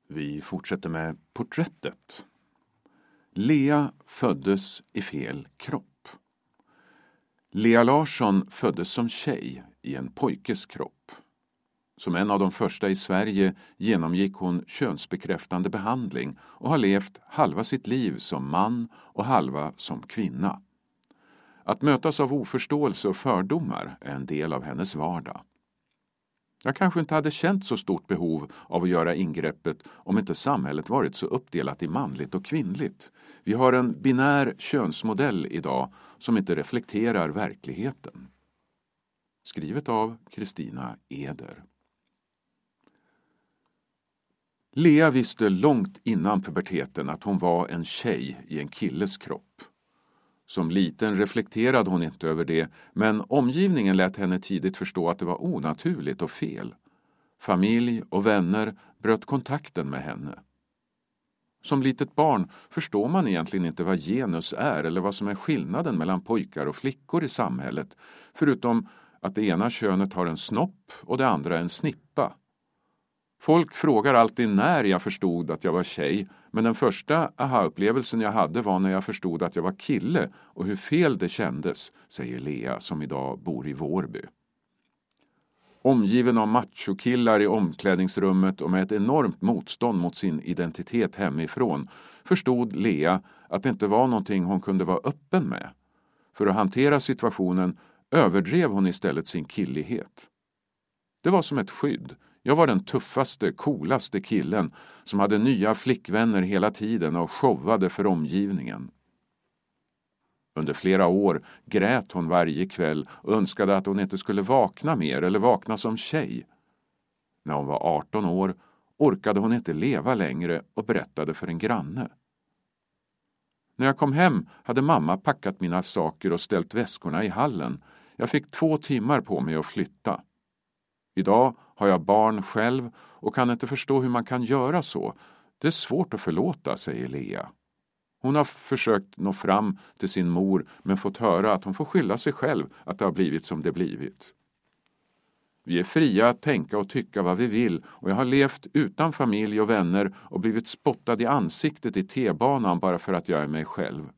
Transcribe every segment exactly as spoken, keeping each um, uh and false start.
Vi fortsätter med porträttet. Lea föddes i fel kropp. Lea Larsson föddes som tjej i en pojkes kropp. Som en av de första i Sverige genomgick hon könsbekräftande behandling och har levt halva sitt liv som man och halva som kvinna. Att mötas av oförståelse och fördomar är en del av hennes vardag. Jag kanske inte hade känt så stort behov av att göra ingreppet om inte samhället varit så uppdelat i manligt och kvinnligt. Vi har en binär könsmodell idag som inte reflekterar verkligheten. Skrivet av Kristina Eder. Lea visste långt innan puberteten att hon var en tjej i en killes kropp. Som liten reflekterade hon inte över det, men omgivningen lät henne tidigt förstå att det var onaturligt och fel. Familj och vänner bröt kontakten med henne. Som litet barn förstår man egentligen inte vad genus är eller vad som är skillnaden mellan pojkar och flickor i samhället, förutom att det ena könet har en snopp och det andra en snippa. Folk frågar alltid när jag förstod att jag var tjej, men den första aha-upplevelsen jag hade var när jag förstod att jag var kille och hur fel det kändes, säger Lea som idag bor i Vårby. Omgiven av machokillar i omklädningsrummet och med ett enormt motstånd mot sin identitet hemifrån förstod Lea att det inte var någonting hon kunde vara öppen med. För att hantera situationen överdrev hon istället sin killighet. Det var som ett skydd. Jag var den tuffaste, coolaste killen som hade nya flickvänner hela tiden och showade för omgivningen. Under flera år grät hon varje kväll och önskade att hon inte skulle vakna mer eller vakna som tjej. När hon var arton år orkade hon inte leva längre och berättade för en granne. När jag kom hem hade mamma packat mina saker och ställt väskorna i hallen. Jag fick två timmar på mig att flytta. Idag har jag barn själv och kan inte förstå hur man kan göra så. Det är svårt att förlåta, säger Lea. Hon har försökt nå fram till sin mor men fått höra att hon får skylla sig själv att det har blivit som det blivit. Vi är fria att tänka och tycka vad vi vill och jag har levt utan familj och vänner och blivit spottad i ansiktet i T-banan bara för att jag är mig själv.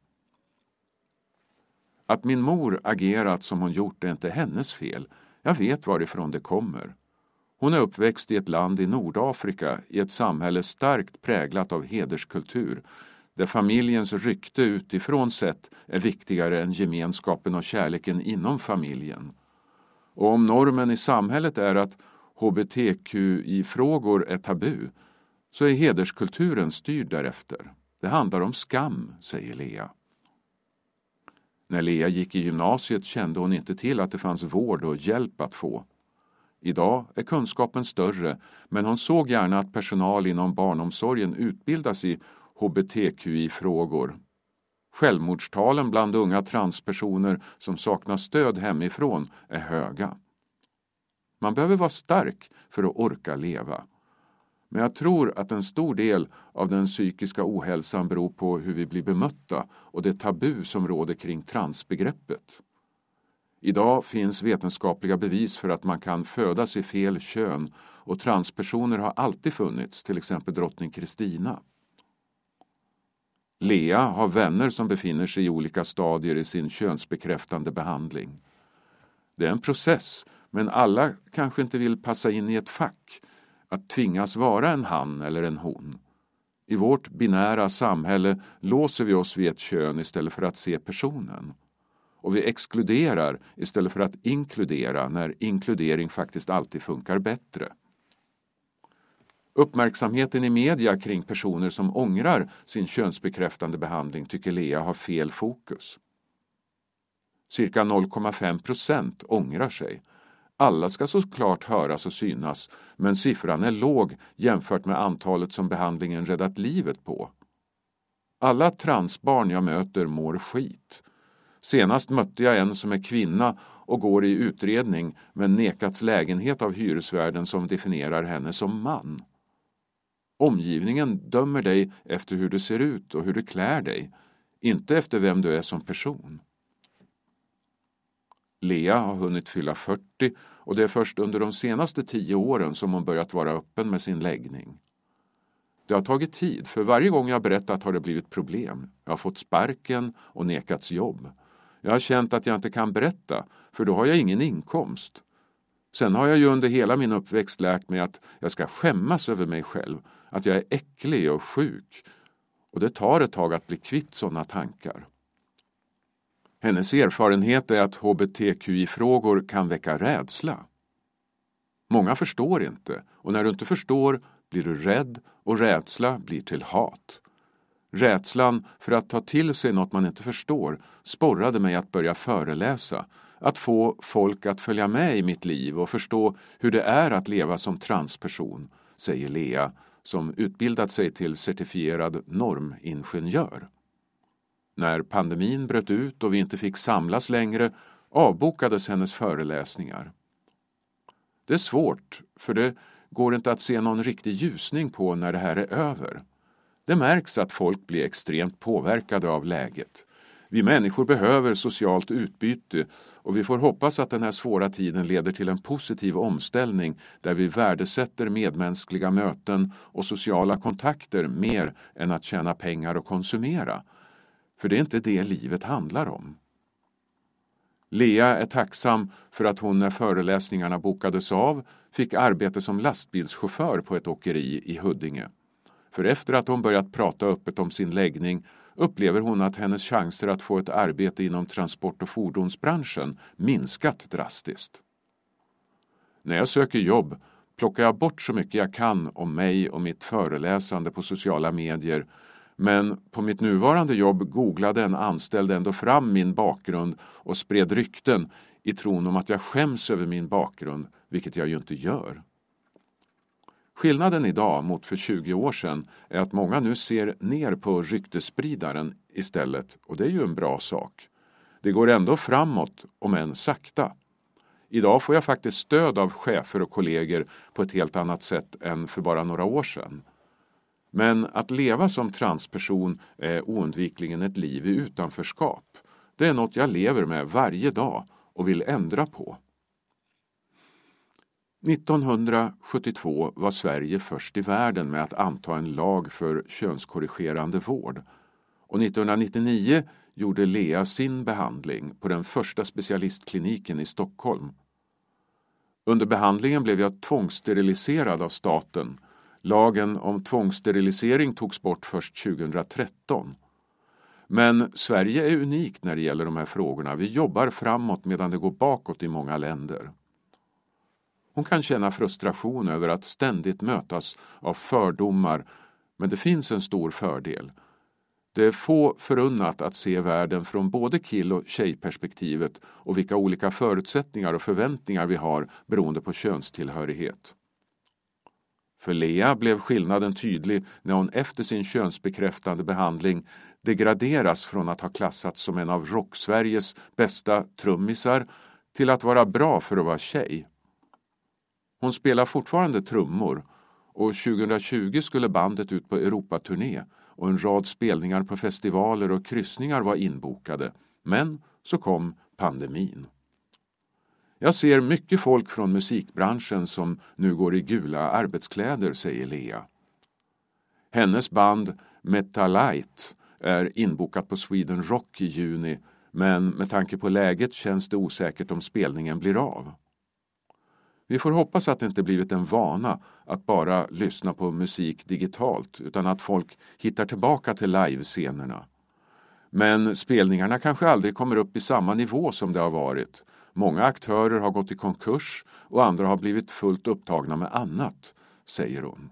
Att min mor agerat som hon gjort är inte hennes fel. Jag vet varifrån det kommer. Hon är uppväxt i ett land i Nordafrika i ett samhälle starkt präglat av hederskultur där familjens rykte utifrån sett är viktigare än gemenskapen och kärleken inom familjen. Och om normen i samhället är att H B T Q I-frågor är tabu så är hederskulturen styrd därefter. Det handlar om skam, säger Lea. När Lea gick i gymnasiet kände hon inte till att det fanns vård och hjälp att få. Idag är kunskapen större, men hon såg gärna att personal inom barnomsorgen utbildas i H B T Q I-frågor. Självmordstalen bland unga transpersoner som saknar stöd hemifrån är höga. Man behöver vara stark för att orka leva. Men jag tror att en stor del av den psykiska ohälsan beror på hur vi blir bemötta och det tabu som råder kring transbegreppet. Idag finns vetenskapliga bevis för att man kan födas i fel kön och transpersoner har alltid funnits, till exempel drottning Kristina. Lea har vänner som befinner sig i olika stadier i sin könsbekräftande behandling. Det är en process, men alla kanske inte vill passa in i ett fack. Att tvingas vara en han eller en hon. I vårt binära samhälle låser vi oss vid ett kön istället för att se personen. Och vi exkluderar istället för att inkludera när inkludering faktiskt alltid funkar bättre. Uppmärksamheten i media kring personer som ångrar sin könsbekräftande behandling tycker Lea har fel fokus. Cirka noll komma fem procent ångrar sig. Alla ska såklart höras och synas, men siffran är låg jämfört med antalet som behandlingen räddat livet på. Alla transbarn jag möter mår skit. Senast mötte jag en som är kvinna och går i utredning men nekats lägenhet av hyresvärden som definierar henne som man. Omgivningen dömer dig efter hur du ser ut och hur du klär dig, inte efter vem du är som person. Lea har hunnit fylla fyrtio och det är först under de senaste tio åren som hon börjat vara öppen med sin läggning. Det har tagit tid, för varje gång jag berättat har det blivit problem. Jag har fått sparken och nekats jobb. Jag har känt att jag inte kan berätta, för då har jag ingen inkomst. Sen har jag ju under hela min uppväxt lärt mig att jag ska skämmas över mig själv, att jag är äcklig och sjuk. Och det tar ett tag att bli kvitt sådana tankar. Hennes erfarenhet är att H B T Q I-frågor kan väcka rädsla. Många förstår inte, och när du inte förstår blir du rädd, och rädsla blir till hat. Rädslan för att ta till sig något man inte förstår sporrade mig att börja föreläsa, att få folk att följa med i mitt liv och förstå hur det är att leva som transperson, säger Lea, som utbildat sig till certifierad normingenjör. När pandemin bröt ut och vi inte fick samlas längre avbokades hennes föreläsningar. Det är svårt, för det går inte att se någon riktig ljusning på när det här är över. Det märks att folk blir extremt påverkade av läget. Vi människor behöver socialt utbyte, och vi får hoppas att den här svåra tiden leder till en positiv omställning där vi värdesätter medmänskliga möten och sociala kontakter mer än att tjäna pengar och konsumera. För det är inte det livet handlar om. Lea är tacksam för att hon när föreläsningarna bokades av fick arbete som lastbilschaufför på ett åkeri i Huddinge. För efter att hon börjat prata öppet om sin läggning upplever hon att hennes chanser att få ett arbete inom transport- och fordonsbranschen minskat drastiskt. När jag söker jobb plockar jag bort så mycket jag kan om mig och mitt föreläsande på sociala medier, men på mitt nuvarande jobb googlade en anställd ändå fram min bakgrund och spred rykten i tron om att jag skäms över min bakgrund, vilket jag ju inte gör. Skillnaden idag mot för tjugo år sedan är att många nu ser ner på ryktespridaren istället, och det är ju en bra sak. Det går ändå framåt, om än sakta. Idag får jag faktiskt stöd av chefer och kollegor på ett helt annat sätt än för bara några år sedan. Men att leva som transperson är oundvikligen ett liv i utanförskap. Det är något jag lever med varje dag och vill ändra på. nittonhundrasjuttiotvå var Sverige först i världen med att anta en lag för könskorrigerande vård. Och nittonhundranittionio gjorde Lea sin behandling på den första specialistkliniken i Stockholm. Under behandlingen blev jag tvångssteriliserad av staten. Lagen om tvångssterilisering togs bort först tjugohundratretton. Men Sverige är unikt när det gäller de här frågorna. Vi jobbar framåt medan det går bakåt i många länder. Hon kan känna frustration över att ständigt mötas av fördomar, men det finns en stor fördel. Det är få förunnat att se världen från både kill- och tjejperspektivet och vilka olika förutsättningar och förväntningar vi har beroende på könstillhörighet. För Lea blev skillnaden tydlig när hon efter sin könsbekräftande behandling degraderas från att ha klassats som en av rock-Sveriges bästa trummisar till att vara bra för att vara tjej. Hon spelar fortfarande trummor, och tjugohundratjugo skulle bandet ut på Europaturné och en rad spelningar på festivaler och kryssningar var inbokade. Men så kom pandemin. Jag ser mycket folk från musikbranschen som nu går i gula arbetskläder, säger Lea. Hennes band Metalite är inbokat på Sweden Rock i juni, men med tanke på läget känns det osäkert om spelningen blir av. Vi får hoppas att det inte blivit en vana att bara lyssna på musik digitalt, utan att folk hittar tillbaka till livescenerna. Men spelningarna kanske aldrig kommer upp i samma nivå som det har varit. Många aktörer har gått i konkurs och andra har blivit fullt upptagna med annat, säger hon.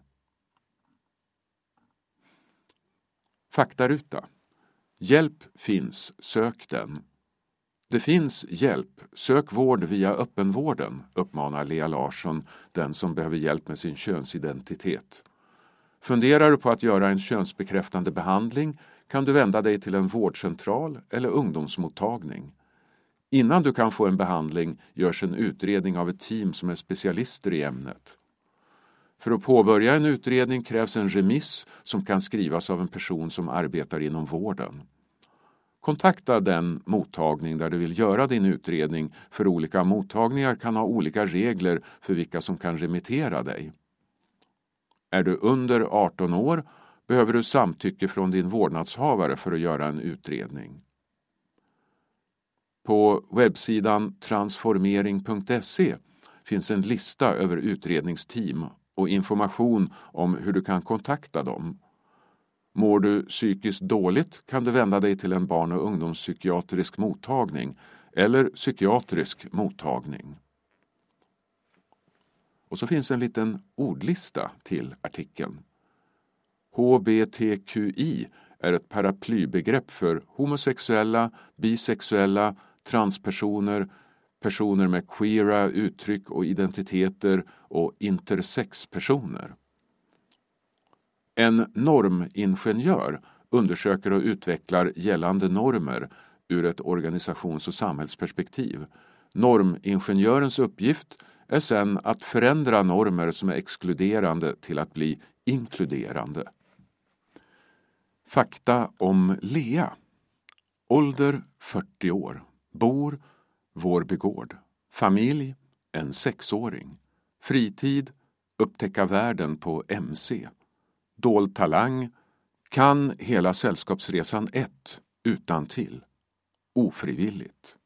Faktaruta. Hjälp finns, sök den. Det finns hjälp, sök vård via öppenvården, uppmanar Lea Larsson, den som behöver hjälp med sin könsidentitet. Funderar du på att göra en könsbekräftande behandling kan du vända dig till en vårdcentral eller ungdomsmottagning. Innan du kan få en behandling görs en utredning av ett team som är specialister i ämnet. För att påbörja en utredning krävs en remiss som kan skrivas av en person som arbetar inom vården. Kontakta den mottagning där du vill göra din utredning, för olika mottagningar kan ha olika regler för vilka som kan remittera dig. Är du under arton år behöver du samtycke från din vårdnadshavare för att göra en utredning. På webbsidan transformering punkt se finns en lista över utredningsteam och information om hur du kan kontakta dem. Mår du psykiskt dåligt kan du vända dig till en barn- och ungdomspsykiatrisk mottagning eller psykiatrisk mottagning. Och så finns en liten ordlista till artikeln. H B T Q I är ett paraplybegrepp för homosexuella, bisexuella, transpersoner, personer med queera uttryck och identiteter och intersexpersoner. En normingenjör undersöker och utvecklar gällande normer ur ett organisations- och samhällsperspektiv. Normingenjörens uppgift är sedan att förändra normer som är exkluderande till att bli inkluderande. Fakta om Lea. Ålder fyrtio år. Bor Vårbygård. Familj en sexåring. Fritid upptäcka världen på M C. Dold talang kan hela Sällskapsresan ett utan till. Ofrivilligt.